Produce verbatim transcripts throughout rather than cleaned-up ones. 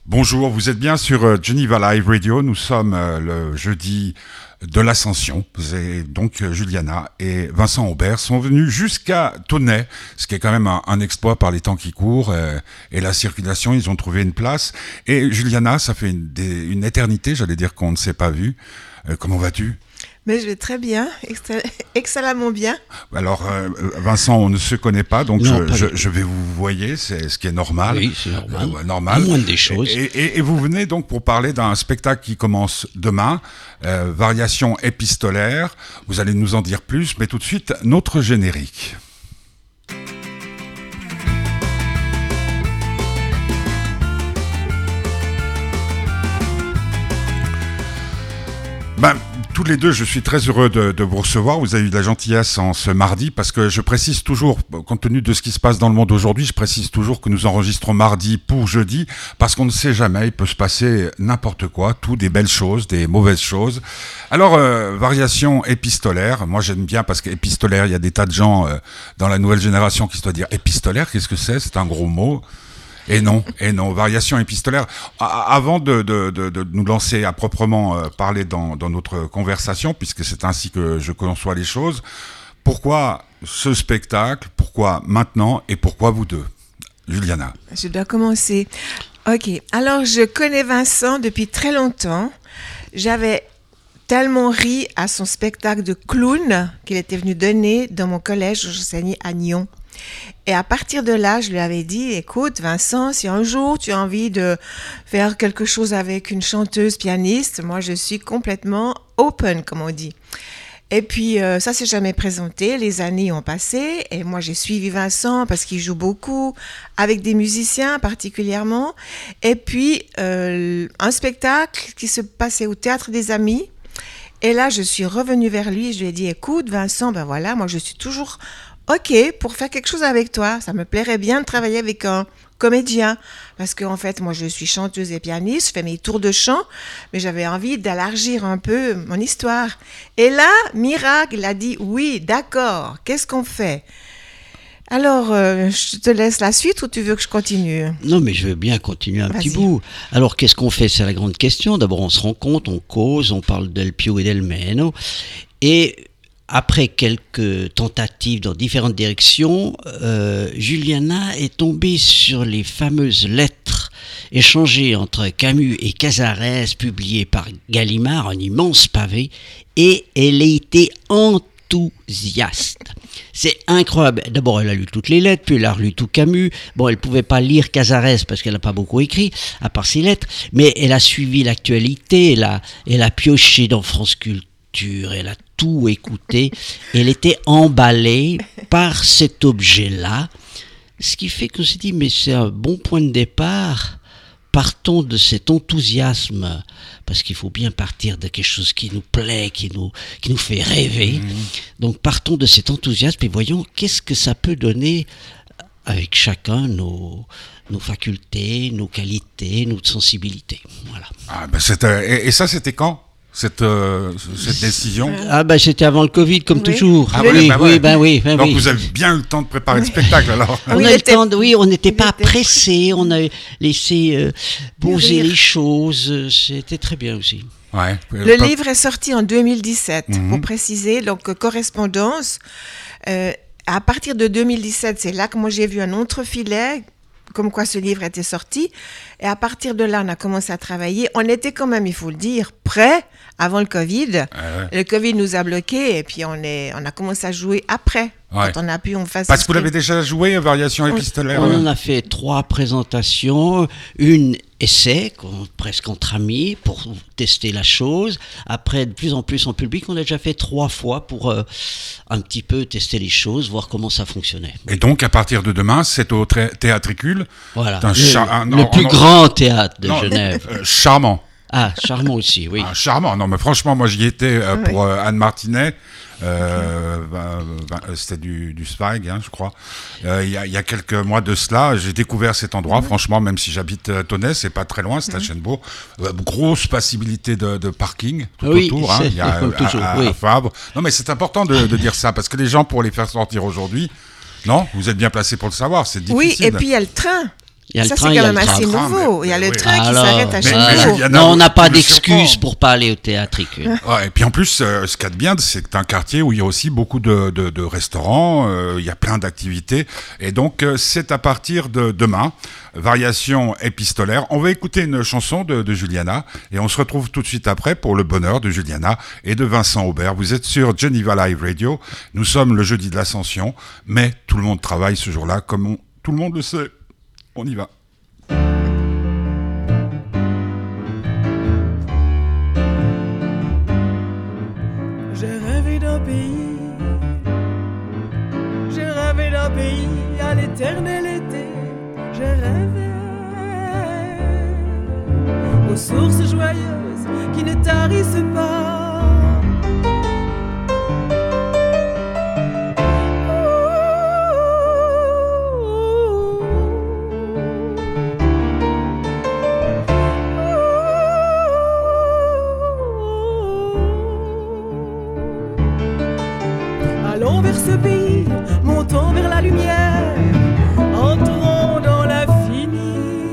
Bonjour, vous êtes bien sur euh, Geneva Live Radio. Nous sommes euh, le jeudi de l'Ascension. Et donc euh, Juliana et Vincent Aubert sont venus jusqu'à Tonnet, ce qui est quand même un, un exploit par les temps qui courent euh, et la circulation. Ils ont trouvé une place. Et Juliana, ça fait une, des, une éternité, j'allais dire qu'on ne s'est pas vu. Euh, comment vas-tu ? Mais je vais très bien, excellemment bien. Alors, euh, Vincent, on ne se connaît pas, donc non, je, pas je, je vais vous voyer, c'est ce qui est normal. Oui, c'est normal. Euh, normal. Moins des choses. Et, et, et vous venez donc pour parler d'un spectacle qui commence demain, euh, Variation épistolaire. Vous allez nous en dire plus, mais tout de suite, notre générique. Ben, tous les deux, je suis très heureux de, de vous recevoir. Vous avez eu de la gentillesse en ce mardi, parce que je précise toujours, compte tenu de ce qui se passe dans le monde aujourd'hui, je précise toujours que nous enregistrons mardi pour jeudi, parce qu'on ne sait jamais, il peut se passer n'importe quoi, tout, des belles choses, des mauvaises choses. Alors, euh, variation épistolaire, moi j'aime bien, parce qu'épistolaire, il y a des tas de gens euh, dans la nouvelle génération qui se doivent dire épistolaire, qu'est-ce que c'est ? C'est un gros mot. Et non, et non, variation épistolaire. Avant de, de, de, de nous lancer à proprement euh, parler dans, dans notre conversation, puisque c'est ainsi que je conçois les choses, pourquoi ce spectacle, pourquoi maintenant et pourquoi vous deux ? Juliana. Je dois commencer. Ok, alors je connais Vincent depuis très longtemps. J'avais tellement ri à son spectacle de clown qu'il était venu donner dans mon collège où j'enseignais à Nyon. Et à partir de là, je lui avais dit, écoute Vincent, si un jour tu as envie de faire quelque chose avec une chanteuse pianiste, moi je suis complètement open, comme on dit. Et puis euh, ça s'est jamais présenté, les années ont passé et moi j'ai suivi Vincent parce qu'il joue beaucoup avec des musiciens particulièrement. Et puis euh, un spectacle qui se passait au Théâtre des Amis. Et là je suis revenue vers lui et je lui ai dit, écoute Vincent, ben voilà, moi je suis toujours... OK, pour faire quelque chose avec toi, ça me plairait bien de travailler avec un comédien. Parce qu'en fait, moi, je suis chanteuse et pianiste, je fais mes tours de chant, mais j'avais envie d'élargir un peu mon histoire. Et là, miracle, il a dit, oui, d'accord, qu'est-ce qu'on fait ? Alors, euh, je te laisse la suite ou tu veux que je continue ? Non, mais je veux bien continuer un Vas-y. petit bout. Alors, qu'est-ce qu'on fait ? C'est la grande question. D'abord, on se rencontre, on cause, on parle del più et del meno. Et... après quelques tentatives dans différentes directions, euh, Juliana est tombée sur les fameuses lettres échangées entre Camus et Casares, publiées par Gallimard, un immense pavé, et elle a été enthousiaste. C'est incroyable. D'abord, elle a lu toutes les lettres, puis elle a relu tout Camus. Bon, elle ne pouvait pas lire Casares parce qu'elle n'a pas beaucoup écrit, à part ses lettres, mais elle a suivi l'actualité, elle a, elle a pioché dans France Culture, elle a tout écouté, elle était emballée par cet objet-là, ce qui fait qu'on s'est dit, mais c'est un bon point de départ, partons de cet enthousiasme, parce qu'il faut bien partir de quelque chose qui nous plaît, qui nous, qui nous fait rêver, mmh. Donc partons de cet enthousiasme et voyons qu'est-ce que ça peut donner avec chacun nos, nos facultés, nos qualités, notre sensibilité. Voilà. Ah, ben c'était, et, et ça, c'était quand ? Cette, euh, cette décision. Ah ben c'était avant le Covid comme oui. toujours. Ah oui, oui, bah ouais. oui, ben oui, ben Donc oui. vous avez bien eu le temps de préparer le spectacle alors. On Oui, a eu le était... temps de, oui, on n'était pas était... pressés, on a laissé euh, poser les choses, c'était très bien aussi. Ouais. Le Pas... livre est sorti en deux mille dix-sept, mm-hmm. pour préciser, donc correspondance. Euh, à partir de deux mille dix-sept, c'est là que moi j'ai vu un autre filet, comme quoi ce livre était sorti. Et à partir de là, on a commencé à travailler. On était quand même, il faut le dire, prêts avant le Covid. Ah ouais. Le Covid nous a bloqués et puis on, est, on a commencé à jouer après. Ouais. Quand on a pu, on fasse. Parce que vous l'avez déjà joué, Variation épistolaire. On, on en a fait trois présentations, une essai, presque entre amis, pour tester la chose. Après, de plus en plus en public, on a déjà fait trois fois pour euh, un petit peu tester les choses, voir comment ça fonctionnait. Et donc, à partir de demain, c'est au tra- Théâtricule. Voilà, le, char- un, le non, plus non, grand théâtre de non, Genève. Euh, charmant. Ah, charmant aussi, oui. Ah, charmant. Non, mais franchement, moi, j'y étais euh, oui. pour euh, Anne Martinet. Euh, bah, bah, c'était du, du Zweig, hein, je crois. Il euh, y, y a quelques mois de cela, j'ai découvert cet endroit. Mmh. Franchement, même si j'habite euh, Tonnet, c'est pas très loin, c'est mmh. à Chennebeau. Euh, grosse possibilité de, de parking tout oui, autour. Hein. Il y a euh, toujours, à, à, oui. à Fabre. Non, mais c'est important de, de dire ça parce que les gens, pour les faire sortir aujourd'hui, non, vous êtes bien placé pour le savoir. C'est difficile. Oui, et puis il y a le train. Il y a Ça, le train, c'est il y quand a même le assez train. nouveau. mais- Il y a mais le oui. train qui Alors, s'arrête à mais- chaque mais jour. Juliana, non, on vous- n'a pas vous me d'excuse surprend. pour pas aller au théâtre. Ouais, et puis en plus, euh, ce qu'il y a de bien, c'est que c'est un quartier où il y a aussi beaucoup de, de, de restaurants, euh, il y a plein d'activités. Et donc, euh, c'est à partir de demain, variation épistolaire. On va écouter une chanson de, de Juliana et on se retrouve tout de suite après pour le bonheur de Juliana et de Vincent Aubert. Vous êtes sur Geneva Live Radio. Nous sommes le jeudi de l'Ascension, mais tout le monde travaille ce jour-là, comme on- tout le monde le sait. On y va. J'ai rêvé d'un pays, j'ai rêvé d'un pays à l'éternel été. J'ai rêvé aux sources joyeuses qui ne tarissent pas. Allons vers ce pays, montons vers la lumière, entrons dans l'infini.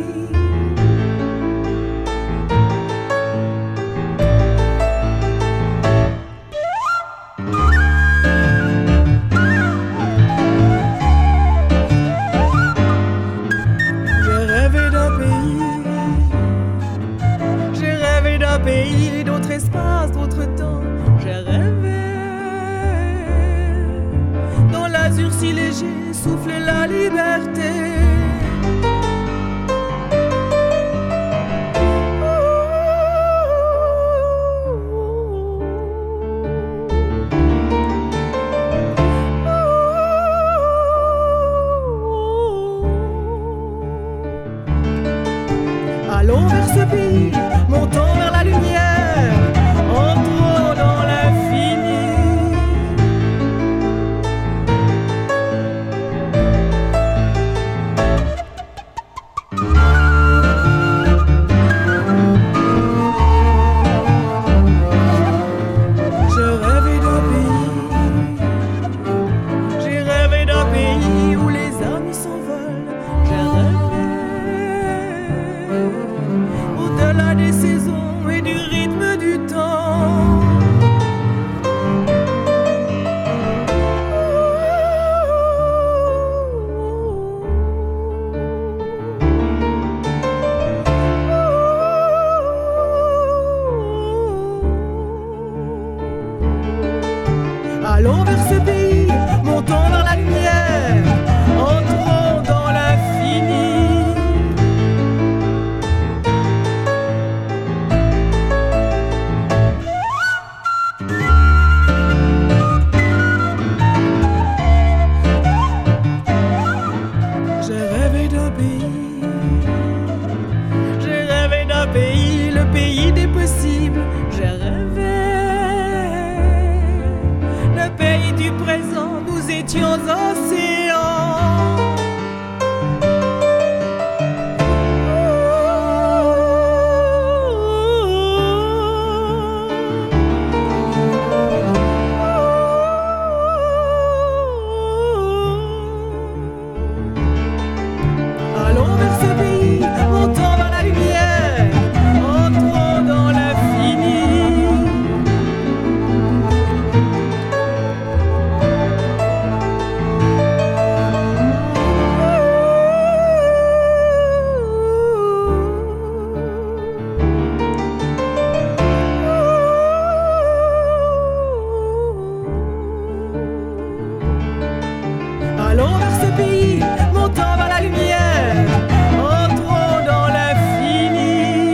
J'ai rêvé d'un pays, j'ai rêvé d'un pays, d'autres espaces, d'autres temps. J'ai rêvé dans l'azur si léger, souffle la liberté. Allons vers ce pays, montons vers la lumière, entrons dans l'infini. J'ai rêvé d'un pays, j'ai rêvé d'un pays où les âmes s'envolent. J'ai rêvé au-delà des saisons et du rythme du temps. Allons vers ce pays, montons vers la lumière, entrons dans l'infini. J'ai rêvé d'un pays, j'ai rêvé d'un pays, le pays des possibles. J'ai rêvé le pays du présent, nous étions océans. Allons vers ce pays, montons vers la lumière, entrons dans l'infini. Allons vers ce pays, montons vers la lumière, entrons dans l'infini.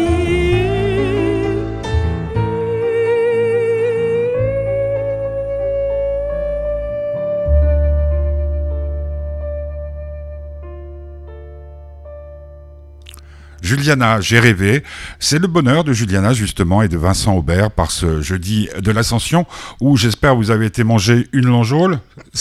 Juliana, j'ai rêvé. C'est le bonheur de Juliana, justement, et de Vincent Aubert par ce jeudi de l'Ascension, où j'espère vous avez été manger une longeole. C'est, c'est,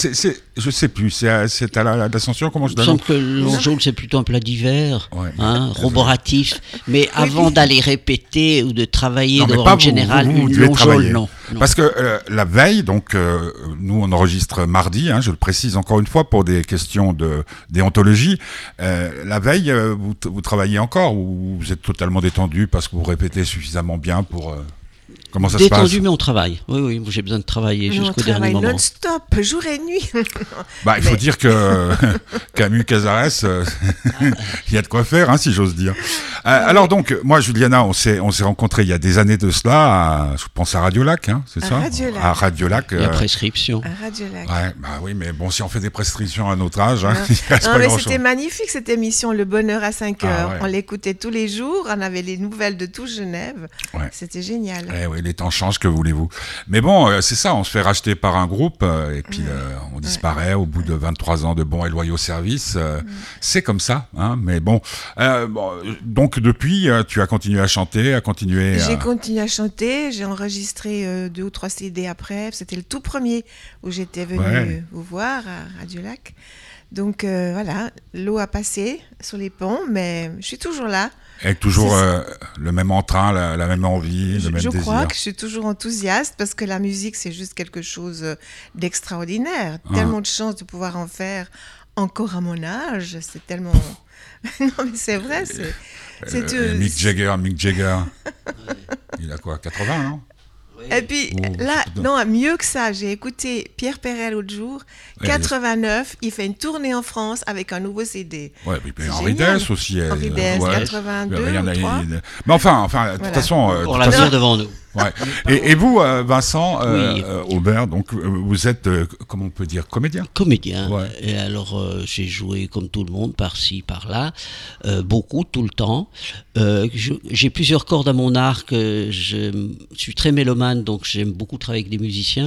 je sais plus, c'est à, c'est à la- l'Ascension, comment je Il me donne semble que l'enjôle, c'est plutôt un plat d'hiver, Ouais. hein, roboratif. Mais avant d'aller répéter ou de travailler Non, mais dans pas en vous, général, vous, vous une devez longeole, travailler. non. non. Parce que euh, la veille, donc euh, nous on enregistre mardi, hein, je le précise encore une fois pour des questions de déontologie. Euh, la veille, euh, vous, vous travaillez encore ou vous êtes totalement détendu parce que vous répétez suffisamment bien pour... euh, comment ça se passe? Détendu, mais on travaille. Oui, oui, j'ai besoin de travailler Nous, on jusqu'au dernier travaille moment. non-stop, jour et nuit. Bah, il faut Mais- dire que Camus Cazares, euh, il y a de quoi faire, hein, si j'ose dire. Euh, alors donc, moi, Juliana, on s'est on s'est rencontrés il y a des années de cela. À, je pense à Radio-Lac, hein, c'est À ça? Radio-Lac. À Radio-Lac. La euh, prescription. À Radio-Lac. ouais, bah oui, mais bon, si on fait des prescriptions à notre âge, hein, Non. il reste Non, pas mais grand-chose. c'était magnifique cette émission, Le Bonheur à cinq Ah, heures. ouais. On l'écoutait tous les jours, on avait les nouvelles de tout Genève. Ouais. C'était génial. Eh oui, les temps changent, que voulez-vous. Mais bon, euh, c'est ça, on se fait racheter par un groupe euh, et puis euh, on disparaît au bout de vingt-trois ans de bons et loyaux services. euh, C'est comme ça, hein, mais bon. Euh, bon, donc depuis, euh, tu as continué à chanter, à continuer à... J'ai continué à chanter, j'ai enregistré euh, deux ou trois C D après. C'était le tout premier où j'étais venue Ouais. euh, vous voir à Radio-Lac. Donc euh, voilà, l'eau a passé sur les ponts, mais je suis toujours là. Avec toujours C'est- euh, le même entrain, la, la même envie, Je, le même je désir. crois que je suis toujours enthousiaste parce que la musique, c'est juste quelque chose euh, d'extraordinaire. Ah. Tellement de chance de pouvoir en faire encore à mon âge. C'est tellement... non, mais c'est vrai, c'est... c'est Euh, tout- Mick Jagger, Mick Jagger. Il a quoi, quatre-vingts, non? Et puis Ouh, là, c'est- non, mieux que ça, j'ai écouté Pierre Perret l'autre jour, Ouais, quatre-vingt-neuf, il fait une tournée en France avec un nouveau C D. Ouais, puis, puis C'est Henri génial. Dess aussi. elle- Henri Dess, ouais. quatre-vingt-deux Il y en a- ou trois. il- Mais enfin, enfin, de toute Voilà. façon... euh, de Pour toute l'avenir façon- devant nous. Ouais. Et, et vous, euh, Vincent euh, Oui. euh, Aubert, donc euh, vous êtes, euh, comment on peut dire, comédien? Comédien. Ouais. Et alors, euh, j'ai joué comme tout le monde, par-ci, par-là, euh, beaucoup, tout le temps. Euh, je- j'ai plusieurs cordes à mon arc. euh, Je suis très mélomane, donc j'aime beaucoup travailler avec des musiciens.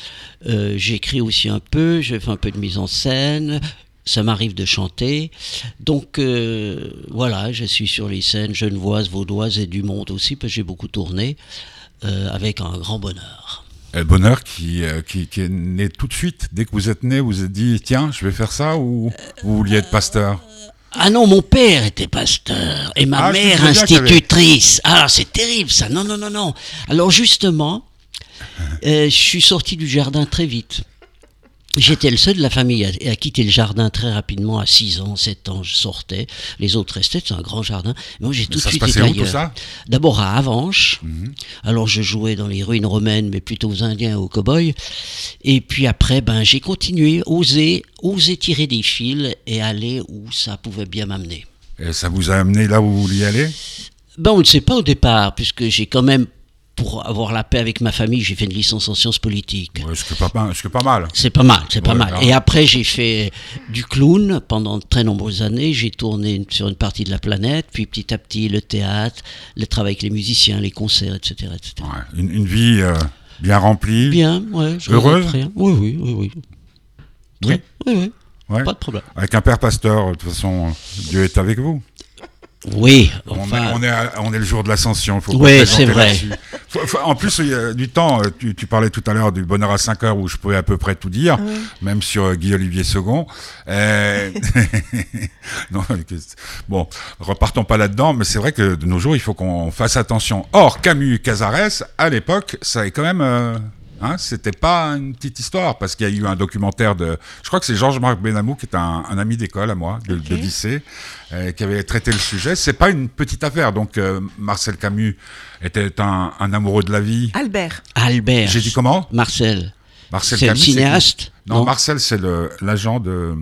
Euh, J'écris aussi un peu, je fais un peu de mise en scène. Ça m'arrive de chanter. Donc, euh, voilà, je suis sur les scènes genevoises, vaudoises et du monde aussi, parce que j'ai beaucoup tourné, euh, avec un grand bonheur. Et le bonheur qui, euh, qui, qui est né tout de suite. Dès que vous êtes né, vous vous êtes dit, tiens, je vais faire ça, ou vous vouliez être pasteur? Ah non, mon père était pasteur et ma Ah, je me mère souviens qu'il y avait- institutrice. Ah, c'est terrible ça. Non, non, non, non. Alors justement, euh, je suis sorti du jardin très vite. J'étais le seul de la famille à, à quitter le jardin très rapidement, à six ans, sept ans, je sortais. Les autres restaient, c'est un grand jardin. Moi, j'ai tout de Ça se suite passait été où, tout ailleurs. ça? D'abord à Avanches. Mhm. Alors je jouais dans les ruines romaines, mais plutôt aux Indiens, aux cow-boys. Et puis après, ben, j'ai continué, osé, osé tirer des fils et aller où ça pouvait bien m'amener. Et ça vous a amené là où vous vouliez aller? Ben, on ne sait pas au départ, puisque j'ai quand même, pour avoir la paix avec ma famille, j'ai fait une licence en sciences politiques. Ouais, ce que pas, mal- ce que pas mal. C'est pas mal, c'est pas Ouais, mal. grave. Et après, j'ai fait du clown pendant de très nombreuses années. J'ai tourné une- sur une partie de la planète, puis petit à petit, le théâtre, le travail avec les musiciens, les concerts, et cetera et cetera. Ouais, une, une vie euh, bien remplie. Bien, ouais. Je Heureuse? regrette rien. Oui, oui, oui, oui. Oui. Oui, oui. Ouais. Pas de problème. Avec un père pasteur, de toute façon, euh, Dieu est avec vous. Oui, On, est, enfin. on, est à- on est le jour de l'ascension. Il faut Ouais, pas c'est plaisanter vrai. là-dessus. Faut- faut- en plus, il y a du temps, euh, tu, tu parlais tout à l'heure du bonheur à cinq heures où je pouvais à peu près tout dire, Oui. même sur euh, Guy-Olivier Second. Euh, non, que- bon, repartons pas là-dedans, mais c'est vrai que de nos jours, il faut qu'on fasse attention. Or, Camus Cazares, à l'époque, ça est quand même... euh, Hein, c'était pas une petite histoire, parce qu'il y a eu un documentaire de... Je crois que c'est Georges-Marc Benamou, qui est un, un ami d'école à moi, de, Ok. de lycée, euh, qui avait traité le sujet. C'est pas une petite affaire. Donc, euh, Marcel Camus était un, un amoureux de la vie. Albert. Albert. J'ai dit comment? Marcel. Marcel C'est le Camus, c'est qui? cinéaste? Non, Non. Marcel, c'est le- l'agent de...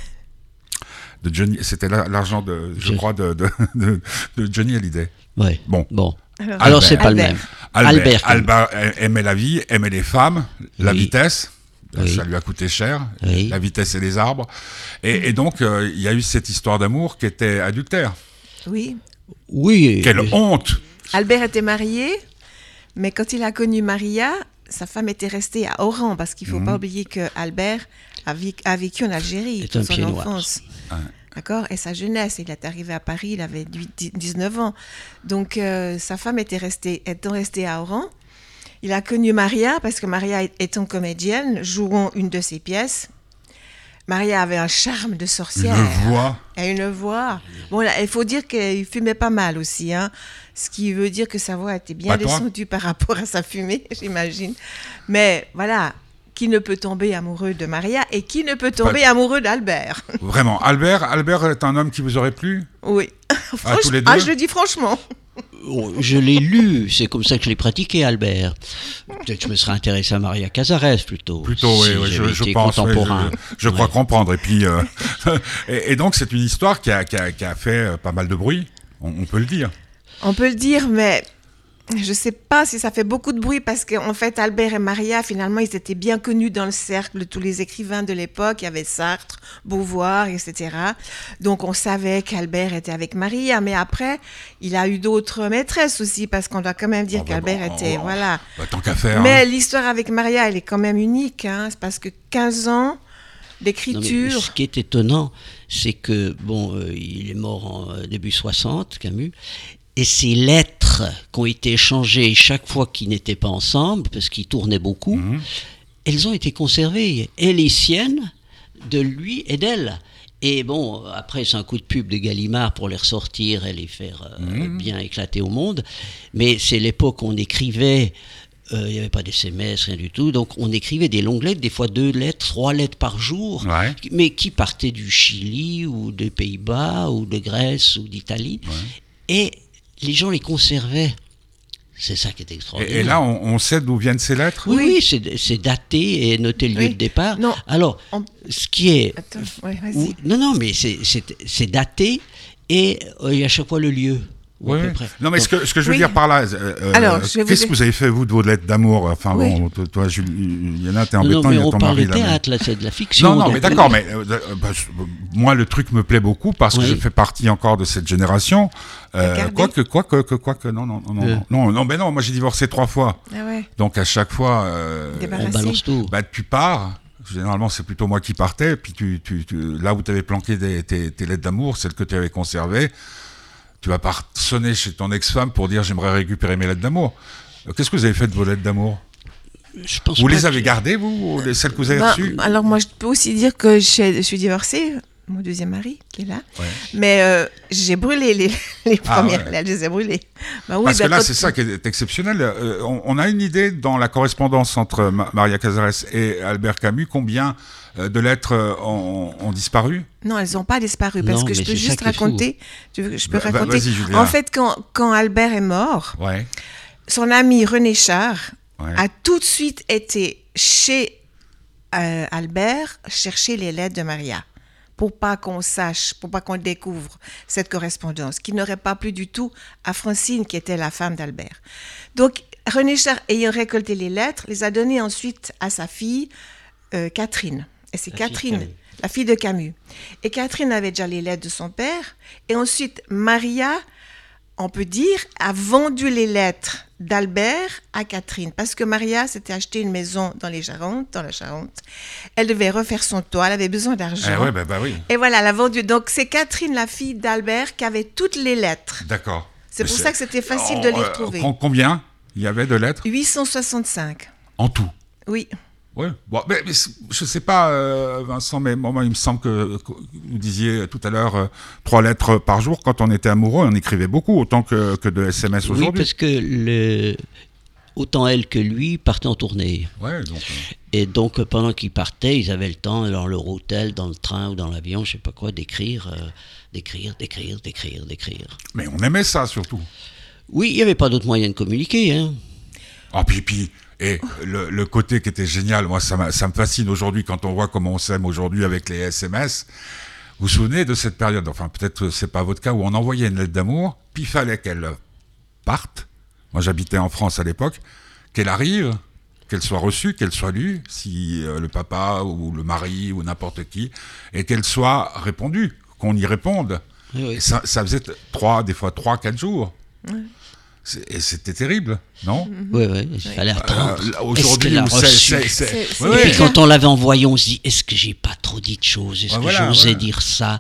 de Johnny... C'était la- l'argent, de, je Je- crois, de, de, de, de Johnny Hallyday. Ouais. Bon. Bon. Alors, Alors, c'est pas le Albert. même. Albert, Albert. Albert aimait la vie, aimait les femmes, la Oui. vitesse. Oui. Ça lui a coûté cher, Oui. la vitesse et les arbres. Et, et donc, euh, il y a eu cette histoire d'amour qui était adultère. Oui. Oui. Quelle mais- honte! Albert était marié, mais quand il a connu Maria, sa femme était restée à Oran, parce qu'il ne faut Mhm. pas oublier que Albert a, vi- a vécu en Algérie Est toute un son pied noir. enfance. Ouais. D'accord? Et sa jeunesse. Il est arrivé à Paris, il avait dix- dix-neuf ans. Donc, euh, sa femme était restée, étant restée à Oran. Il a connu Maria, parce que Maria, étant comédienne, jouant une de ses pièces. Maria avait un charme de sorcière. Une voix. Et une voix. Bon, là, il faut dire qu'il fumait pas mal aussi, hein. Ce qui veut dire que sa voix était bien Pas toi. descendue par rapport à sa fumée, j'imagine. Mais voilà, qui ne peut tomber amoureux de Maria et qui ne peut tomber Pas... amoureux d'Albert? Vraiment, Albert, Albert est un homme qui vous aurait plu? Oui. Ah, tous les deux? Ah, je le dis franchement. Oh, je l'ai lu, c'est comme ça que je l'ai pratiqué, Albert. Peut-être que je me serais intéressé à Maria Cazares plutôt. Plutôt, si oui, oui, je, j'avais je été pense. contemporain. Oui, je je crois Ouais. comprendre. Et puis, euh, et, et donc, c'est une histoire qui a, qui a, qui a fait euh, pas mal de bruit, on, on peut le dire. On peut le dire, mais je ne sais pas si ça fait beaucoup de bruit parce qu'en fait, Albert et Maria, finalement, ils étaient bien connus dans le cercle de tous les écrivains de l'époque. Il y avait Sartre, Beauvoir, et cetera. Donc, on savait qu'Albert était avec Maria. Mais après, il a eu d'autres maîtresses aussi parce qu'on doit quand même dire Oh, bah, qu'Albert bon, était... oh, voilà. Bah, tant qu'à faire. Mais hein. l'histoire avec Maria, elle est quand même unique. Hein, c'est parce que quinze ans Non, mais d'écriture... ce qui est étonnant, c'est que, bon, euh, il est mort en euh, début soixante, Camus, et ces lettres qui ont été échangées chaque fois qu'ils n'étaient pas ensemble, parce qu'ils tournaient beaucoup, Mhm. elles ont été conservées. Et les siennes, de lui et d'elle. Et bon, après, c'est un coup de pub de Gallimard pour les ressortir et les faire euh, Mhm. bien éclater au monde. Mais c'est l'époque où on écrivait... Euh, il n'y avait pas d'S M S, rien du tout. Donc, on écrivait des longues lettres, des fois deux lettres, trois lettres par jour, Ouais. mais qui partaient du Chili ou des Pays-Bas ou de Grèce ou d'Italie. Ouais. Et les gens les conservaient. C'est ça qui est Et, extraordinaire. et là, on, on sait d'où viennent ces lettres? oui, Oui. oui, c'est, c'est daté et noté le lieu Oui. de départ. Non, Alors, on- ce qui est... Attends, ouais, vas-y. ou- non, non, mais c'est, c'est, c'est daté et euh, il y a à chaque fois le lieu. Ou à Oui. peu près. Non, mais Donc, ce que, ce que je veux Oui. dire par là, euh, Alors, euh, je vais vous qu'est-ce dire- que vous avez fait, vous, de vos lettres d'amour? Enfin, Oui. bon, toi, toi Juliana, t'es non, embêtant, non, mais il y a on ton parle mari de là. mais- théâtre, là, c'est de la fiction. Non, non, donc- mais d'accord, mais euh, euh, bah, je- moi, le truc me plaît beaucoup parce que Oui. je fais partie encore de cette génération. Euh, Regardez. quoique, quoique, que, quoique, non, non, non, non, Euh. non, non, mais non, moi j'ai divorcé trois fois. Ah ouais, Donc à chaque fois, euh, On Débarrassé. balance tout. bah, tu pars. Généralement, c'est plutôt moi qui partais. Puis tu, tu, tu- là où tu avais planqué des- tes, tes lettres d'amour, celles que tu avais conservées, tu vas pas sonner chez ton ex-femme pour dire j'aimerais récupérer mes lettres d'amour. Euh, Qu'est-ce que vous avez fait de vos lettres d'amour? Je pense Vous pas les que- avez gardées, vous, ou les- celles que vous avez Ben, reçues? alors moi, je peux aussi dire que je suis, je suis divorcée, mon deuxième mari qui est là. Ouais. Mais euh, j'ai brûlé les, les Ah, premières ouais. lettres, je les ai brûlées. Ben oui, Parce ben que là, quand- c'est ça qui est exceptionnel. Euh, on, on a une idée dans la correspondance entre Ma- Maria Cazares et Albert Camus, combien euh, de lettres euh, ont, ont disparu? Non, elles n'ont pas disparu parce Non, que je mais peux c'est ça juste qui est fou. raconter. Tu veux que je peux Bah, bah, raconter. vas-y, Julia. En fait, quand, quand Albert est mort, Ouais. son ami René Char Ouais. a tout de suite été chez euh, Albert chercher les lettres de Maria pour pas qu'on sache, pour pas qu'on découvre cette correspondance, qui n'aurait pas plu du tout à Francine, qui était la femme d'Albert. Donc, René Char, ayant récolté les lettres, les a données ensuite à sa fille, euh, Catherine. Et c'est La fille de Catherine, Camus. la fille de Camus. Et Catherine avait déjà les lettres de son père. Et ensuite, Maria, on peut dire, a vendu les lettres d'Albert à Catherine. Parce que Maria s'était acheté une maison dans les Charentes, dans la Charente. Elle devait refaire son toit, elle avait besoin d'argent. Eh ouais, bah, bah oui. Et voilà, elle a vendu. Donc, c'est Catherine, la fille d'Albert, qui avait toutes les lettres. D'accord. C'est Mais pour ça que c'était facile de les euh, retrouver. com- Combien il y avait de lettres huit cent soixante-cinq. en tout? Oui. Oui. Bon, mais, mais c'est- je sais pas, euh, Vincent, mais moi, il me semble que, que vous disiez tout à l'heure euh, trois lettres par jour. Quand on était amoureux, on écrivait beaucoup, autant que, que de S M S Oui, aujourd'hui. parce que le... autant elle que lui partaient en tournée. Ouais, donc, euh, Et donc, euh, pendant qu'ils partaient, ils avaient le temps, dans leur hôtel, dans le train ou dans l'avion, je sais pas quoi, d'écrire, euh, d'écrire, d'écrire, d'écrire, d'écrire. mais on aimait ça surtout. Oui, il n'y avait pas d'autre moyen de communiquer. Hein. Ah, puis, puis et le, le côté qui était génial, moi, ça, m'a- ça me fascine aujourd'hui quand on voit comment on s'aime aujourd'hui avec les S M S. Vous vous souvenez de cette période, enfin, peut-être que c'est pas votre cas, où on envoyait une lettre d'amour, puis il fallait qu'elle parte. Moi, j'habitais en France à l'époque, qu'elle arrive, qu'elle soit reçue, qu'elle soit lue, si euh, le papa ou le mari ou n'importe qui, et qu'elle soit répondue, qu'on y réponde. Oui, oui. Et ça, ça faisait trois, des fois trois, quatre jours. C'est- Et c'était terrible, non? Oui, oui, il fallait attendre. Euh, là, Est-ce aujourd'hui, qu'elle a où c'est- reçu c'est- c'est- C'est- c'est Ouais, Et ouais. puis quand on l'avait envoyé, on se dit, est-ce que j'ai pas trop dit de choses? Est-ce Ouais, que voilà, j'osais ouais. dire ça?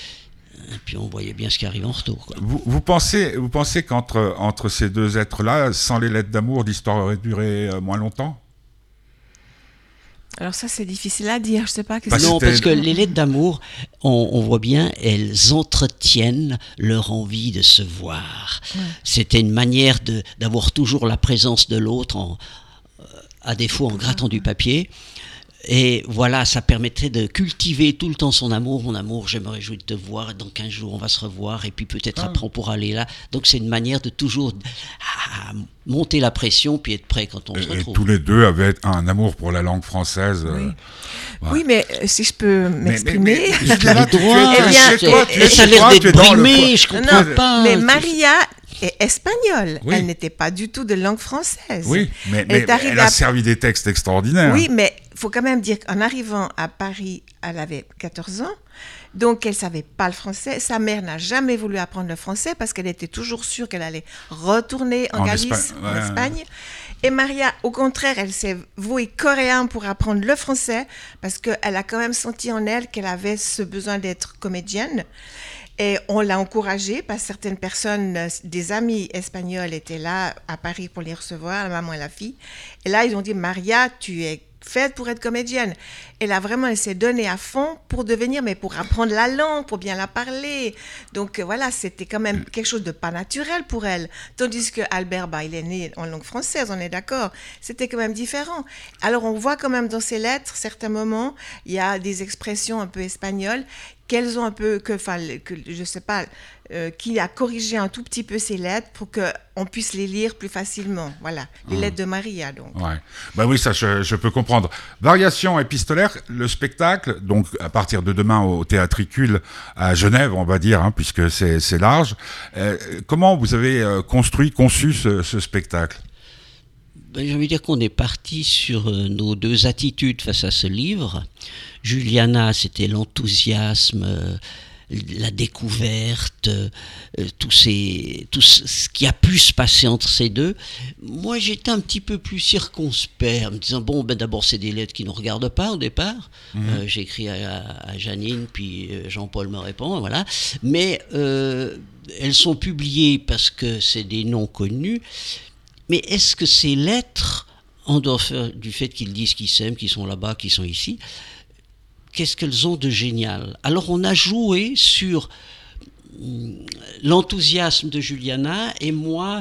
Et puis on voyait bien ce qui arrive en retour. Quoi. Vous, vous pensez, vous pensez qu'entre entre ces deux êtres-là, sans les lettres d'amour, l'histoire aurait duré euh, moins longtemps? Alors ça, c'est difficile à dire. Je sais pas. Bah, non, c'était- parce que les lettres d'amour, on, on voit bien, elles entretiennent leur envie de se voir. Ouais. C'était une manière de, d'avoir toujours la présence de l'autre, en, euh, à défaut en grattant du papier. Et voilà, ça permettrait de cultiver tout le temps son amour. Mon amour, je me réjouis de te voir. Dans quinze jours, on va se revoir. Et puis peut-être Ah. après, on pourra aller là. Donc c'est une manière de toujours ah, monter la pression, puis être prêt quand on se Et, et retrouve. tous les deux avaient un amour pour la langue française. euh, Oui. Ouais. Oui, mais euh, si je peux mais- m'exprimer. mais- mais- Juliana, tu- tu es- droit, tu es eh bien, chez toi, tu es et ça a chez l'air toi, d'être tu es dans le brimé, coin. je comprends Non, pas. Mais Tu- Maria est espagnole. Oui. Elle n'était pas du tout de langue française. Oui, mais, Elle mais est arrivée elle a à- servi des textes extraordinaires. Oui, mais il faut quand même dire qu'en arrivant à Paris, elle avait quatorze ans. Donc, elle ne savait pas le français. Sa mère n'a jamais voulu apprendre le français parce qu'elle était toujours sûre qu'elle allait retourner en, En Galice, Espagne, en ouais. Espagne. Et Maria, au contraire, elle s'est vouée coréen pour apprendre le français parce qu'elle a quand même senti en elle qu'elle avait ce besoin d'être comédienne. Et on l'a encouragée parce que certaines personnes, euh, des amis espagnols étaient là à Paris pour les recevoir, la maman et la fille. Et là, ils ont dit, Maria, tu es faite pour être comédienne. Et là, vraiment, elle s'est donnée à fond pour devenir, mais pour apprendre la langue, pour bien la parler. Donc euh, voilà, c'était quand même quelque chose de pas naturel pour elle. Tandis que Albert, bah, il est né en langue française, on est d'accord. C'était quand même différent. Alors on voit quand même dans ses lettres, certains moments, il y a des expressions un peu espagnoles qu'elles ont un peu, que, enfin, que, je sais pas, euh, qui a corrigé un tout petit peu ces lettres pour qu'on puisse les lire plus facilement. Voilà, les Mmh. lettres de Maria, donc. Ouais. Bah oui, ça je, je peux comprendre. Variation épistolaire, le spectacle, donc à partir de demain au Théâtricule à Genève, on va dire, hein, puisque c'est, c'est large. Euh, comment vous avez euh, construit, conçu ce, ce spectacle ? Ben, j'ai envie de dire qu'on est parti sur euh, nos deux attitudes face à ce livre. Juliana, c'était l'enthousiasme, euh, la découverte, euh, tout, ces, tout ce qui a pu se passer entre ces deux. Moi, j'étais un petit peu plus circonspect, en me disant, bon, ben, d'abord, c'est des lettres qui ne nous regardent pas au départ. Mmh. Euh, j'ai écrit à, à Janine, puis Jean-Paul me répond, voilà. Mais euh, elles sont publiées parce que c'est des noms connus. Mais est-ce que ces lettres, en dehors du fait qu'ils disent qu'ils s'aiment, qu'ils sont là-bas, qu'ils sont ici, qu'est-ce qu'elles ont de génial ? Alors on a joué sur l'enthousiasme de Juliana et moi,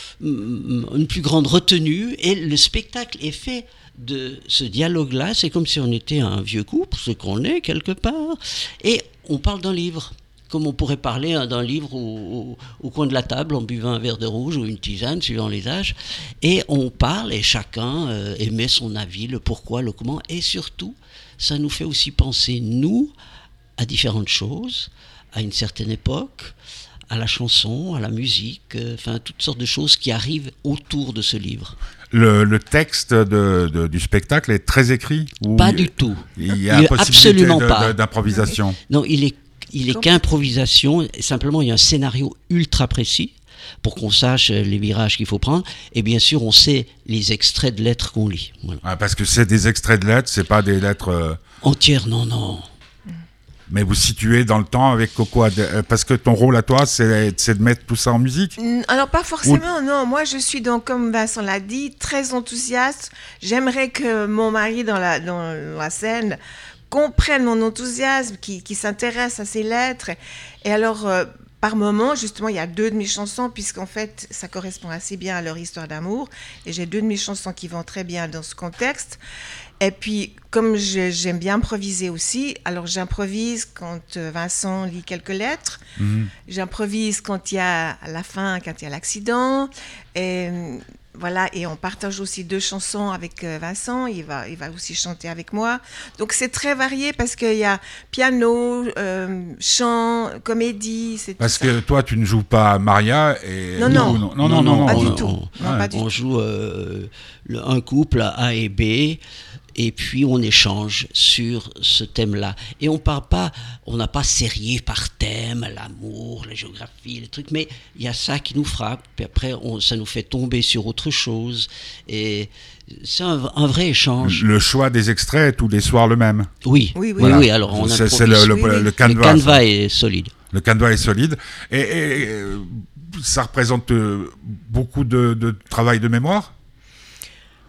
une plus grande retenue, et le spectacle est fait de ce dialogue-là. C'est comme si on était un vieux couple, ce qu'on est quelque part, et on parle d'un livre. Comme on pourrait parler hein, d'un livre au, au, au coin de la table en buvant un verre de rouge ou une tisane, suivant les âges. Et on parle et chacun euh, émet son avis, le pourquoi, le comment. Et surtout, ça nous fait aussi penser, nous, à différentes choses, à une certaine époque, à la chanson, à la musique, euh, enfin toutes sortes de choses qui arrivent autour de ce livre. Le, le texte de, de, du spectacle est très écrit ou Pas il, du tout. Il y a il possibilité absolument de, pas. De, d'improvisation. Non, il est Il n'est qu'improvisation, simplement il y a un scénario ultra précis pour qu'on sache les virages qu'il faut prendre, et bien sûr on sait les extraits de lettres qu'on lit. Voilà. Ah, parce que c'est des extraits de lettres, c'est pas des lettres... Euh... Entières, non, non. Mais vous situez dans le temps avec Coco, parce que ton rôle à toi, c'est, c'est de mettre tout ça en musique ? Alors pas forcément, Ou... non. Moi, je suis donc, comme Vincent l'a dit, très enthousiaste. J'aimerais que mon mari dans la, dans la scène comprennent mon enthousiasme, qui, qui s'intéressent à ces lettres. Et alors, euh, par moment, justement, il y a deux de mes chansons, puisqu'en fait, ça correspond assez bien à leur histoire d'amour. Et j'ai deux de mes chansons qui vont très bien dans ce contexte. Et puis, comme je, j'aime bien improviser aussi, alors j'improvise quand Vincent lit quelques lettres. Mmh. J'improvise quand il y a, à la fin, quand il y a l'accident. Et... Voilà, et on partage aussi deux chansons avec Vincent, il va, il va aussi chanter avec moi. Donc c'est très varié parce qu'il y a piano, euh, chant, comédie. C'est parce tout que ça. Toi, tu ne joues pas Maria et... Non, non, non, non, non, non, non pas on, du tout. On, non, ouais. pas du on tout. joue euh, le, un couple A et B. Et puis on échange sur ce thème-là. Et on part pas, on n'a pas sérié par thème, l'amour, la géographie, les trucs, mais il y a ça qui nous frappe, puis après on, ça nous fait tomber sur autre chose. Et c'est un, un vrai échange. Le choix des extraits est tous les soirs le même. Oui, oui, oui. Voilà. oui, oui alors on c'est, c'est le, le, oui, oui. le canevas. Le canevas est solide. Le canevas est solide. Et, et, et ça représente beaucoup de, de travail de mémoire ?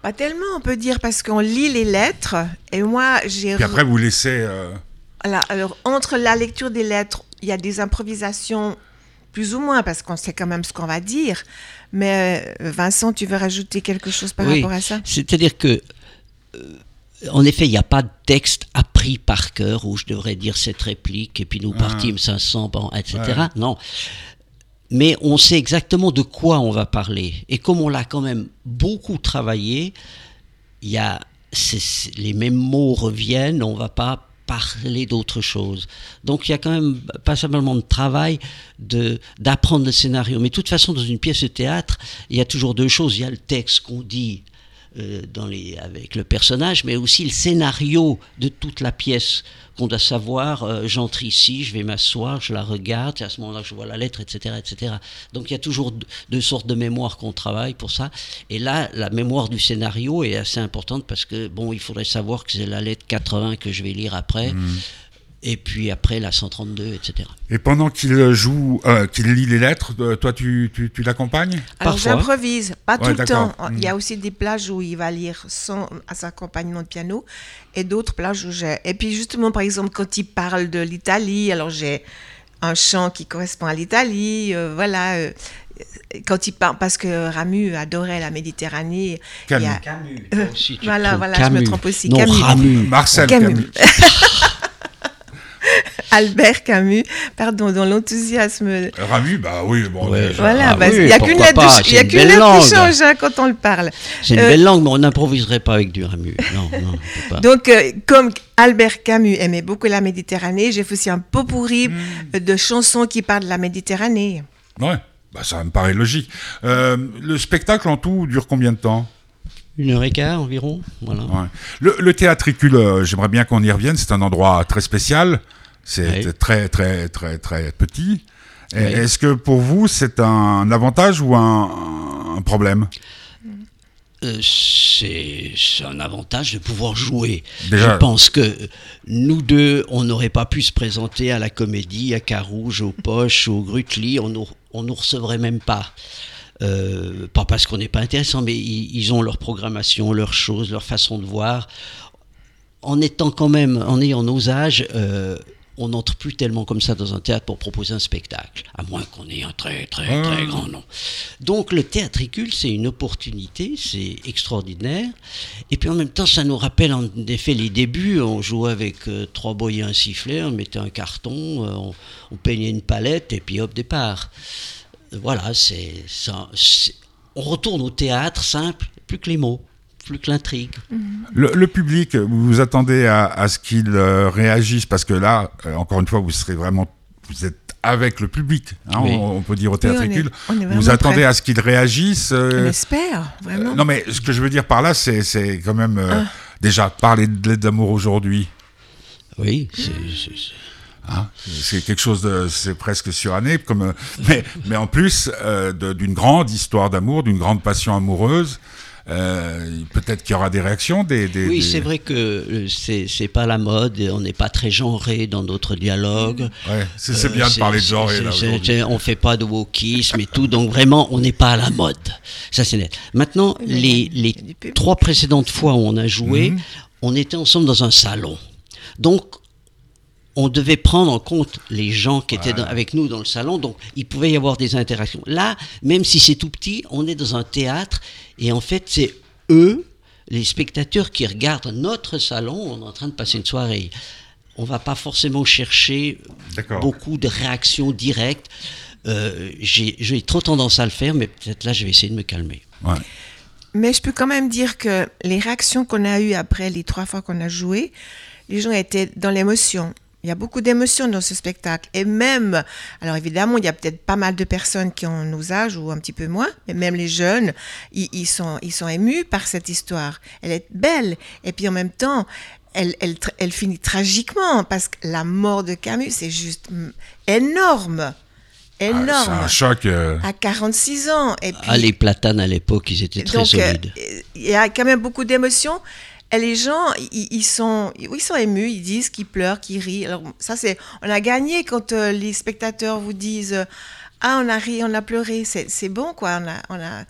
Pas tellement, on peut dire, parce qu'on lit les lettres. Et moi, j'ai... Puis après, vous laissez... Euh... Voilà, alors, entre la lecture des lettres, il y a des improvisations, plus ou moins, parce qu'on sait quand même ce qu'on va dire. Mais euh, Vincent, tu veux rajouter quelque chose par oui, rapport à ça? C'est-à-dire que... Euh, En effet, il n'y a pas de texte appris par cœur où je devrais dire cette réplique et puis nous partîmes cinq cents, bon, et cetera. Ouais. Non. Mais on sait exactement de quoi on va parler. Et comme on l'a quand même beaucoup travaillé, il y a, c'est, c'est, les mêmes mots reviennent, on ne va pas parler d'autre chose. Donc il y a quand même pas simplement de travail de, d'apprendre le scénario. Mais de toute façon, dans une pièce de théâtre, il y a toujours deux choses. Il y a le texte qu'on dit Euh, dans les, avec le personnage, mais aussi le scénario de toute la pièce qu'on doit savoir. Euh, j'entre ici, je vais m'asseoir, je la regarde, c'est à ce moment-là que je vois la lettre, et cetera, et cetera. Donc il y a toujours deux, deux sortes de mémoire qu'on travaille pour ça. Et là, la mémoire du scénario est assez importante parce que bon, il faudrait savoir que c'est la lettre quatre-vingts que je vais lire après. Mmh. Et puis après la cent trente-deux, et cetera. Et pendant qu'il joue, euh, qu'il lit les lettres, toi tu, tu, tu l'accompagnes? Alors Parfois. J'improvise, pas ouais, tout le temps. Mmh. Il y a aussi des plages où il va lire sans accompagnement de piano et d'autres plages où j'ai... Et puis justement, par exemple, quand il parle de l'Italie, alors j'ai un chant qui correspond à l'Italie, euh, voilà... Euh, quand il parle, parce que Ramu adorait la Méditerranée. Camus. Il y a, Camus. Euh, aussi, tu voilà, voilà, Camus. je me trompe aussi. Non, Camus. Ramu. Marcel Camus. Camus. Albert Camus, pardon, dans l'enthousiasme. Ramu, bah oui, bon. Ouais, déjà. Voilà, ah, bah, oui, il n'y a qu'une lettre, pas, il y a qu'une lettre qui change hein, quand on le parle. C'est une euh, belle langue, mais on n'improviserait pas avec du Ramu. Non, non, pas. Donc, euh, comme Albert Camus aimait beaucoup la Méditerranée, j'ai fait aussi un pot-pourri mmh. de chansons qui parlent de la Méditerranée. Ouais, bah, ça me paraît logique. Euh, le spectacle en tout dure combien de temps ? Une heure et quart environ, voilà. Ouais. Le, le Théâtricule, euh, j'aimerais bien qu'on y revienne, c'est un endroit très spécial. C'est oui. très, très, très, très petit. Oui. Est-ce que pour vous, c'est un avantage ou un, un problème ? euh, c'est, c'est un avantage de pouvoir jouer. Déjà. Je pense que nous deux, on n'aurait pas pu se présenter à la Comédie, à Carouge, aux Poches, au Grutli, on nous, on nous recevrait même pas. Euh, pas parce qu'on n'est pas intéressant, mais ils, ils ont leur programmation, leurs choses, leur façon de voir. En étant quand même, en ayant nos âges, euh, on n'entre plus tellement comme ça dans un théâtre pour proposer un spectacle, à moins qu'on ait un très très mmh. très grand nom. Donc le Théâtricule, c'est une opportunité, c'est extraordinaire. Et puis en même temps, ça nous rappelle en effet les débuts. On jouait avec euh, trois boys et un sifflet, on mettait un carton, euh, on, on peignait une palette et puis hop, départ. Voilà, c'est, ça, c'est, on retourne au théâtre simple, plus que les mots, plus que l'intrigue. Le, le public, vous vous attendez à, à ce qu'il euh, réagisse, parce que là, euh, encore une fois, vous serez vraiment, vous êtes avec le public, hein, oui. on, on peut dire au Théâtricule. Oui, vous vous attendez prêt. à ce qu'il réagisse. Euh, on espère, vraiment. Euh, non, mais ce que je veux dire par là, c'est, c'est quand même euh, ah. déjà parler de l'aide d'amour aujourd'hui. Oui, c'est... c'est, c'est... Hein, c'est quelque chose de, c'est presque suranné, comme, mais, mais en plus euh, de, d'une grande histoire d'amour, d'une grande passion amoureuse. Euh, peut-être qu'il y aura des réactions. Des, des, oui, des... c'est vrai que c'est, c'est pas la mode, on n'est pas très genré dans notre dialogue. Ouais, c'est, c'est bien euh, de parler de genre. Là, on fait pas de wokisme et tout, donc vraiment, on n'est pas à la mode. Ça, c'est net. Maintenant, oui, les, les trois précédentes fois où on a joué, mm-hmm. on était ensemble dans un salon. Donc, on devait prendre en compte les gens qui étaient ouais. dans, avec nous dans le salon, donc il pouvait y avoir des interactions. Là, même si c'est tout petit, on est dans un théâtre, et en fait, c'est eux, les spectateurs, qui regardent notre salon, on est en train de passer une soirée. On ne va pas forcément chercher D'accord. beaucoup de réactions directes. Euh, j'ai, j'ai trop tendance à le faire, mais peut-être là, je vais essayer de me calmer. Ouais. Mais je peux quand même dire que les réactions qu'on a eues après les trois fois qu'on a joué, les gens étaient dans l'émotion. Il y a beaucoup d'émotions dans ce spectacle. Et même, alors évidemment, il y a peut-être pas mal de personnes qui ont nos âges ou un petit peu moins, mais même les jeunes, ils, ils, sont, ils sont émus par cette histoire. Elle est belle. Et puis en même temps, elle, elle, elle finit tragiquement parce que la mort de Camus, c'est juste énorme. Énorme. Ah, c'est un choc. Euh... À quarante-six ans. Et puis, ah, les platanes à l'époque, ils étaient très donc, solides. Euh, il y a quand même beaucoup d'émotions. Et les gens, ils, ils, sont, ils sont émus, ils disent qu'ils pleurent, qu'ils rient. Alors, ça, c'est, on a gagné quand euh, les spectateurs vous disent « Ah, on a ri, on a pleuré », c'est, c'est bon, quoi. On a, on a,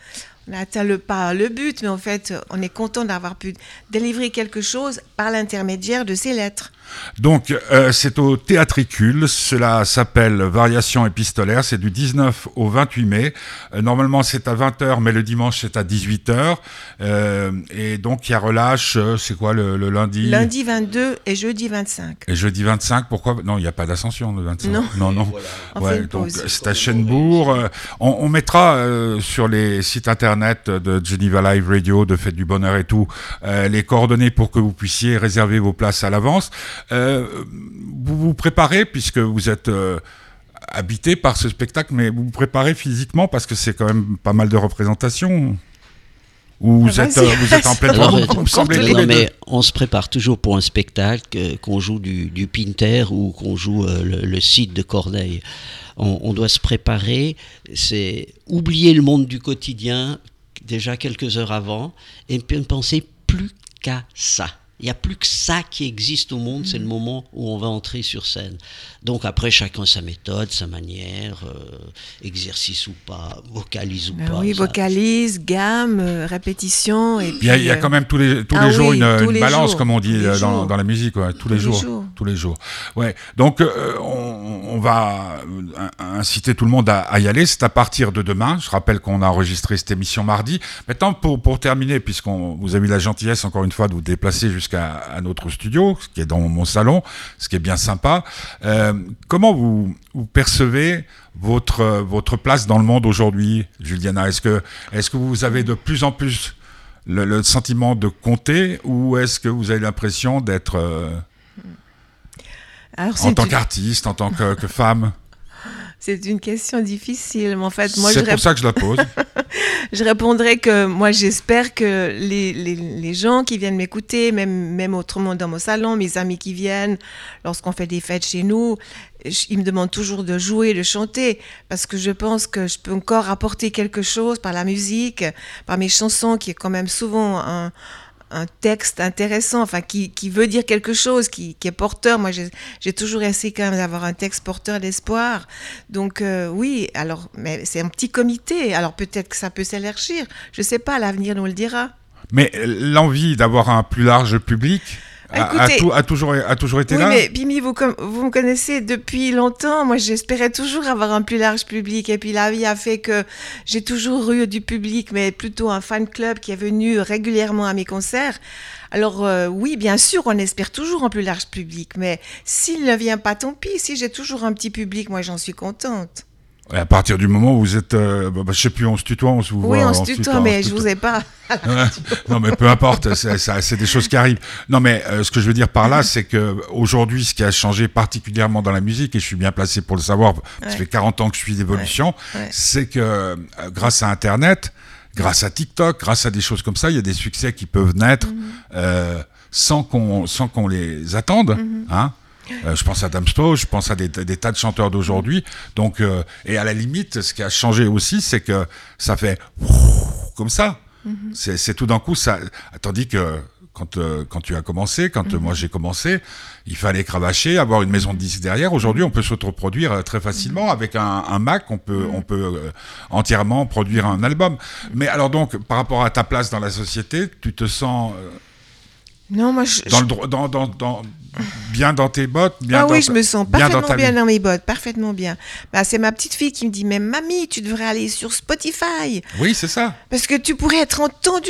on atteint le, pas le but, mais en fait, on est content d'avoir pu délivrer quelque chose par l'intermédiaire de ces lettres. Donc, euh, c'est au Théâtricule, cela s'appelle Variations épistolaires, c'est du dix-neuf au vingt-huit mai. Euh, normalement, c'est à vingt heures, mais le dimanche, c'est à dix-huit heures. Euh, et donc, il y a relâche, euh, c'est quoi, le, le lundi Lundi vingt-deux et jeudi vingt-cinq. Et jeudi vingt-cinq, pourquoi Non, il n'y a pas d'ascension le vingt-cinq. Non. Non, non. Voilà. On Ouais, fait une donc, pause. c'est à Chênebourg. Euh, on, on mettra euh, sur les sites internet de Geneva Live Radio, de Fête du Bonheur et tout, euh, les coordonnées pour que vous puissiez réserver vos places à l'avance. Euh, vous vous préparez, puisque vous êtes euh, habité par ce spectacle, mais vous vous préparez physiquement parce que c'est quand même pas mal de représentations. Ou vous, Ah, êtes, vas-y. euh, vous êtes en pleine Alors, forme, euh, vous me semblez non, tous les deux. mais on se prépare toujours pour un spectacle, euh, qu'on joue du, du Pinter ou qu'on joue euh, le, le Cid de Corneille. On, on doit se préparer, c'est oublier le monde du quotidien déjà quelques heures avant et ne penser plus qu'à ça. Il n'y a plus que ça qui existe au monde, c'est le moment où on va entrer sur scène. Donc après, chacun sa méthode, sa manière, euh, exercice ou pas, vocalise ou Ben pas. oui, ça. vocalise, gamme, euh, répétition. Et puis, Il y a, il y a euh, quand même tous les, tous ah les jours oui, une, tous une les balance, jours, comme on dit tous les euh, dans, jours. dans la musique, ouais, tous, les, les jours, jours. tous les jours. Ouais. Donc, euh, on, on va euh, inciter tout le monde à, à y aller. C'est à partir de demain. Je rappelle qu'on a enregistré cette émission mardi. Maintenant, pour, pour terminer, puisqu'on vous avez eu la gentillesse encore une fois de vous déplacer jusqu'à à notre studio, ce qui est dans mon salon, ce qui est bien sympa. Euh, comment vous, vous percevez votre, votre place dans le monde aujourd'hui, Juliana? Est-ce que, est-ce que vous avez de plus en plus le, le sentiment de compter, ou est-ce que vous avez l'impression d'être, euh, Alors, en c'est tant une- qu'artiste, en tant que, que femme? c'est une question difficile, mais en fait, moi, je, C'est pour rép- ça que je la pose. je répondrais que moi, j'espère que les, les, les gens qui viennent m'écouter, même, même autrement dans mon salon, mes amis qui viennent, lorsqu'on fait des fêtes chez nous, je- ils me demandent toujours de jouer, de chanter, parce que je pense que je peux encore apporter quelque chose par la musique, par mes chansons, qui est quand même souvent un, un texte intéressant, enfin qui, qui veut dire quelque chose, qui, qui est porteur. Moi, j'ai, j'ai toujours essayé quand même d'avoir un texte porteur d'espoir. Donc euh, oui, alors, mais c'est un petit comité. Alors peut-être que ça peut s'élargir. Je sais pas, l'avenir nous le dira. Mais l'envie d'avoir un plus large public a, a Écoutez, tou- a toujours, a toujours été Oui, là. mais Pimi, vous, com- vous me connaissez depuis longtemps. Moi, j'espérais toujours avoir un plus large public. Et puis la vie a fait que j'ai toujours eu du public, mais plutôt un fan club qui est venu régulièrement à mes concerts. Alors euh, oui, bien sûr, on espère toujours un plus large public. Mais s'il ne vient pas, tant pis. Si j'ai toujours un petit public, moi, j'en suis contente. Et à partir du moment où vous êtes, euh, bah, bah, je sais plus, on se tutoie, on se vous Oui, voit, on se tutoie, mais je vous ai pas. Ouais. Non, mais peu importe, c'est, ça- c'est des choses qui arrivent. Non, mais euh, ce que je veux dire par là, c'est que aujourd'hui, ce qui a changé particulièrement dans la musique, et je suis bien placé pour le savoir, ça Ouais. fait quarante ans que je suis d'évolution, Ouais, ouais. c'est que euh, grâce à Internet, grâce à TikTok, grâce à des choses comme ça, il y a des succès qui peuvent naître euh, sans qu'on sans qu'on les attende, hein. Euh, je pense à Damspo, je pense à des, des tas de chanteurs d'aujourd'hui. Donc, euh, et à la limite, ce qui a changé aussi, c'est que ça fait comme ça. C'est, c'est tout d'un coup ça. Tandis que quand euh, quand tu as commencé, quand euh, moi j'ai commencé, il fallait cravacher, avoir une maison de disques derrière. Aujourd'hui, on peut s'autoproduire euh, très facilement avec un, un Mac. On peut on peut euh, entièrement produire un album. Mais alors donc, par rapport à ta place dans la société, tu te sens euh, Non, moi, je, dans le dro- dans, dans, dans bien dans tes bottes, bien ah dans oui, ta- je me sens bien dans parfaitement ta bien vie. dans mes bottes, parfaitement bien. Bah, c'est ma petite fille qui me dit, mais mamie, tu devrais aller sur Spotify, Oui, c'est ça. parce que tu pourrais être entendue.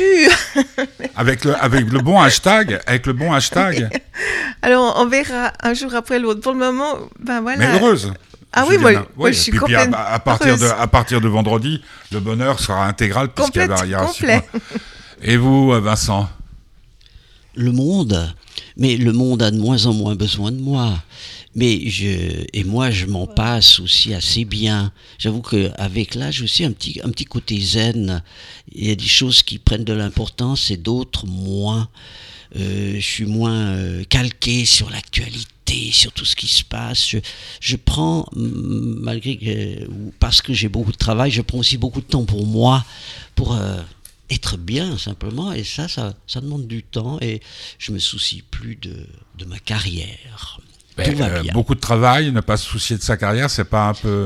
Avec le avec le bon hashtag, avec le bon hashtag. Alors, on verra un jour après l'autre. Pour le moment, ben voilà. Mais heureuse. Ah oui, Juliana. moi- moi, je suis puis, puis à, complètement à partir de heureuse. à partir de vendredi, le bonheur sera intégral puisqu'il y a Complète- il y a un complet. support. Et vous, euh, Vincent? Le monde, mais le monde a de moins en moins besoin de moi. Mais je et moi je m'en passe aussi assez bien. J'avoue que avec l'âge aussi un petit un petit côté zen. Il y a des choses qui prennent de l'importance et d'autres moins. Euh, je suis moins euh, calqué sur l'actualité, sur tout ce qui se passe. Je, je prends, mm, malgré que, ou parce que j'ai beaucoup de travail, je prends aussi beaucoup de temps pour moi, pour euh, être bien simplement. Et ça, ça, ça demande du temps et je me soucie plus de, de ma carrière. Ben, Tout va euh, bien. beaucoup de travail, ne pas se soucier de sa carrière, c'est pas un peu.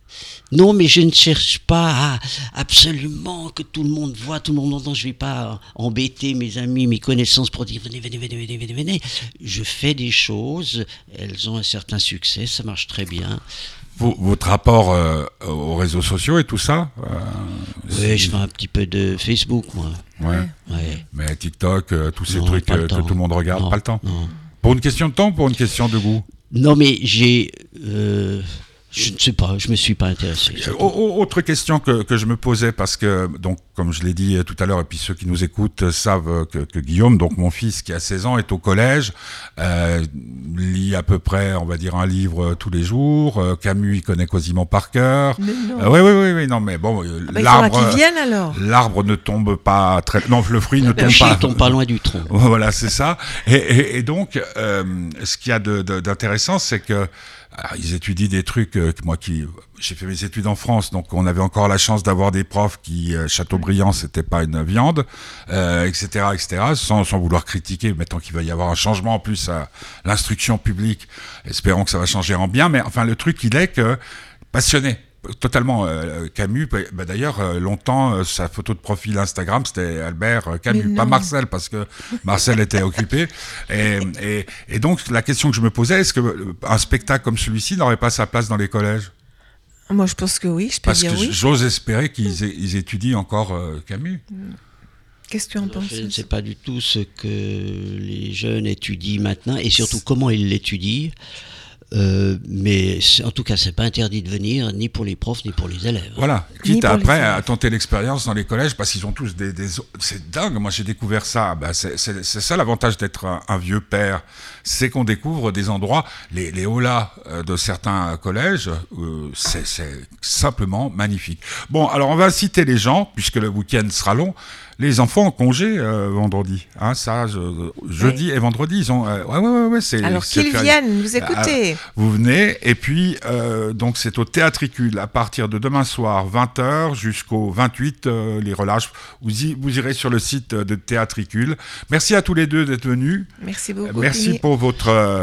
Non, mais je ne cherche pas à absolument que tout le monde voit, tout le monde entend. Je ne vais pas embêter mes amis, mes connaissances pour dire venez, venez, venez, venez, venez, venez. Je fais des choses, elles ont un certain succès, ça marche très bien. Vous, votre rapport euh, aux réseaux sociaux et tout ça euh, Oui, je fais un petit peu de Facebook, moi. Ouais. Ouais. Mais TikTok, euh, tous ces Non, trucs pas le euh, que temps. tout le monde regarde, Non, pas le temps. non. Pour une question de temps ou pour une question de goût? Non, mais j'ai... euh, je ne sais pas, je ne me suis pas intéressé. Euh, Autre question que, que je me posais, parce que, donc, comme je l'ai dit tout à l'heure, et puis ceux qui nous écoutent savent que, que Guillaume, donc mon fils qui a seize ans, est au collège, euh, lit à peu près, on va dire, un livre tous les jours. Euh, Camus, il connaît quasiment par cœur. Mais non. Euh, oui, oui, oui, oui, non, mais bon, euh, Ah bah, il faudra l'arbre, qu'ils viennent alors. l'arbre ne tombe pas très, non, le fruit ne Le tombe chien pas. ne tombe pas loin du tronc. Voilà, c'est ça. Et, et, et donc, euh, ce qu'il y a de, de, d'intéressant, c'est que alors, ils étudient des trucs euh, que moi qui j'ai fait mes études en France, donc on avait encore la chance d'avoir des profs qui euh, Chateaubriand, c'était pas une viande, euh, et cetera, et cetera. Sans, sans vouloir critiquer, mettons qu'il va y avoir un changement en plus à l'instruction publique. Espérons que ça va changer en bien. Mais enfin, le truc, il est que passionné. Totalement euh, Camus, bah, d'ailleurs euh, longtemps euh, sa photo de profil Instagram c'était Albert euh, Camus, pas Marcel parce que Marcel était occupé et, et, et donc la question que je me posais, est-ce que euh, un spectacle comme celui-ci n'aurait pas sa place dans les collèges? Moi, je pense que oui, je peux Parce dire que oui. j'ose espérer qu'ils é- ils étudient encore euh, Camus. Qu'est-ce que tu en penses? Je ne sais pas du tout ce que les jeunes étudient maintenant et surtout comment ils l'étudient. Euh, mais c'est- en tout cas, c'est pas interdit de venir, ni pour les profs, ni pour les élèves. Voilà, Ni quitte pour les après élèves. à tenter l'expérience dans les collèges, parce qu'ils ont tous des... des... C'est dingue, moi j'ai découvert ça. Bah, c'est, c'est, c'est ça l'avantage d'être un, un vieux père, c'est qu'on découvre des endroits, les, les aulas euh, de certains collèges, euh, c'est, c'est simplement magnifique. Bon, alors on va citer les gens, puisque le week-end sera long. Les enfants en congé euh, vendredi, hein, ça, je, jeudi et vendredi, ils ont... Euh, ouais, ouais, ouais, ouais, c'est... Alors c'est qu'ils férié. viennent, vous écoutez. Vous venez, et puis, euh, donc c'est au Théâtricule, à partir de demain soir, vingt heures, jusqu'au vingt-huit, euh, les relâches. Vous, y, vous irez sur le site de Théâtricule. Merci à tous les deux d'être venus. Merci beaucoup. Merci Pini. pour votre... euh,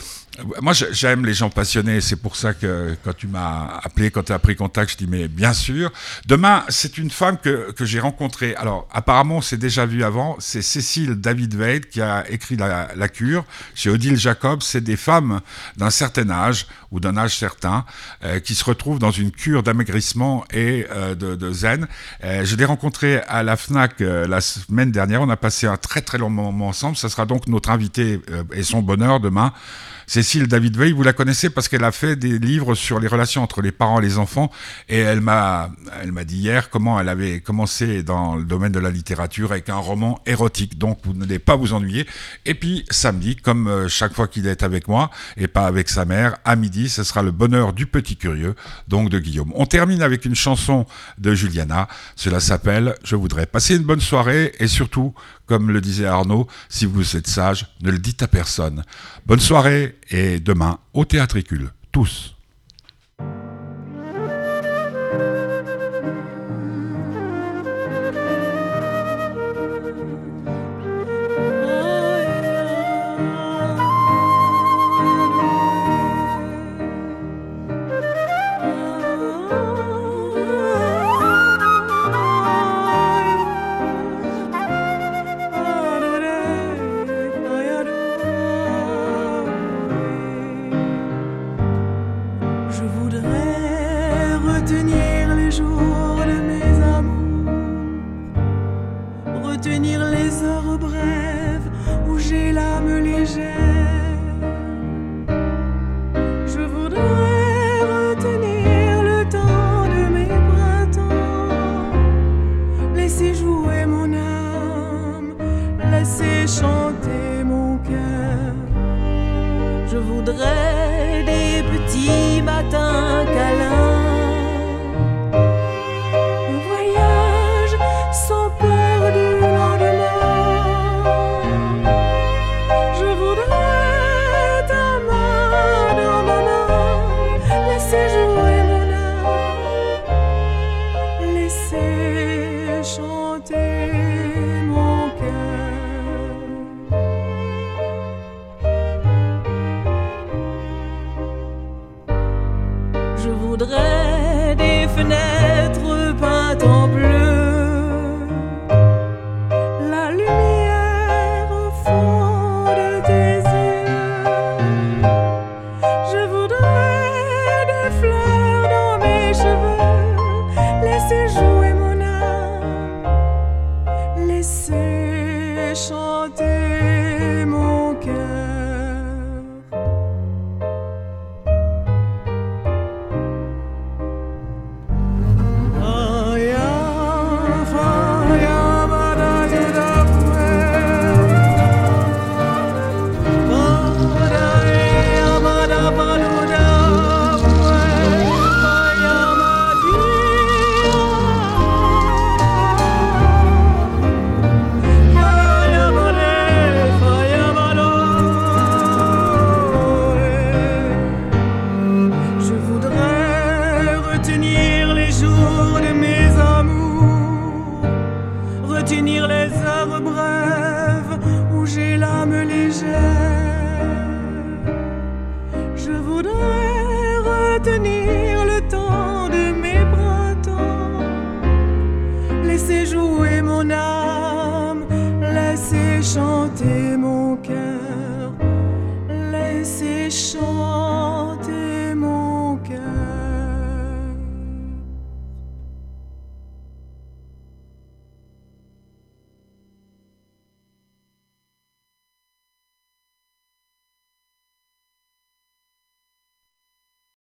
moi, je- j'aime les gens passionnés. C'est pour ça que quand tu m'as appelé, quand tu as pris contact, je dis mais bien sûr. Demain, c'est une femme que, que j'ai rencontrée. Alors, apparemment, on s'est déjà vu avant. C'est Cécile David-Veid qui a écrit la, la Cure. Chez Odile Jacob, c'est des femmes d'un certain âge ou d'un âge certain euh, qui se retrouvent dans une cure d'amaigrissement et euh, de, de zen. Euh, je l'ai rencontrée à la Fnac euh, la semaine dernière. On a passé un très très long moment ensemble. Ça sera donc notre invité euh, et son bonheur demain. Cécile David-Veid, vous la connaissez parce qu'elle a fait des livres sur les relations entre les parents et les enfants, et elle m'a, elle m'a dit hier comment elle avait commencé dans le domaine de la littérature avec un roman érotique, donc vous n'allez pas vous ennuyer. Et puis samedi, comme euh, chaque fois qu'il est avec moi, et pas avec sa mère, à midi, ce sera le bonheur du petit curieux, donc de Guillaume. On termine avec une chanson de Juliana, cela s'appelle « Je voudrais passer une bonne soirée » et surtout, comme le disait Arnaud, si vous êtes sage, ne le dites à personne. Bonne soirée et demain au Théâtricule, tous. Je voudrais retenir les jours de mes amours, retenir les heures brèves où j'ai l'âme légère. Je voudrais retenir le temps de mes printemps, laisser jouer mon âme, laisser chanter mon cœur. Je voudrais des petits matins câlins, un voyage sans peur du lendemain. Je voudrais ta main dans ma main, laisser jouer mon âme, laisser chanter mon cœur. Je voudrais retenir les heures brèves où j'ai l'âme légère. Je voudrais retenir le temps de mes printemps, laisser jouer mon âme, laisser chanter mon cœur, laisser chanter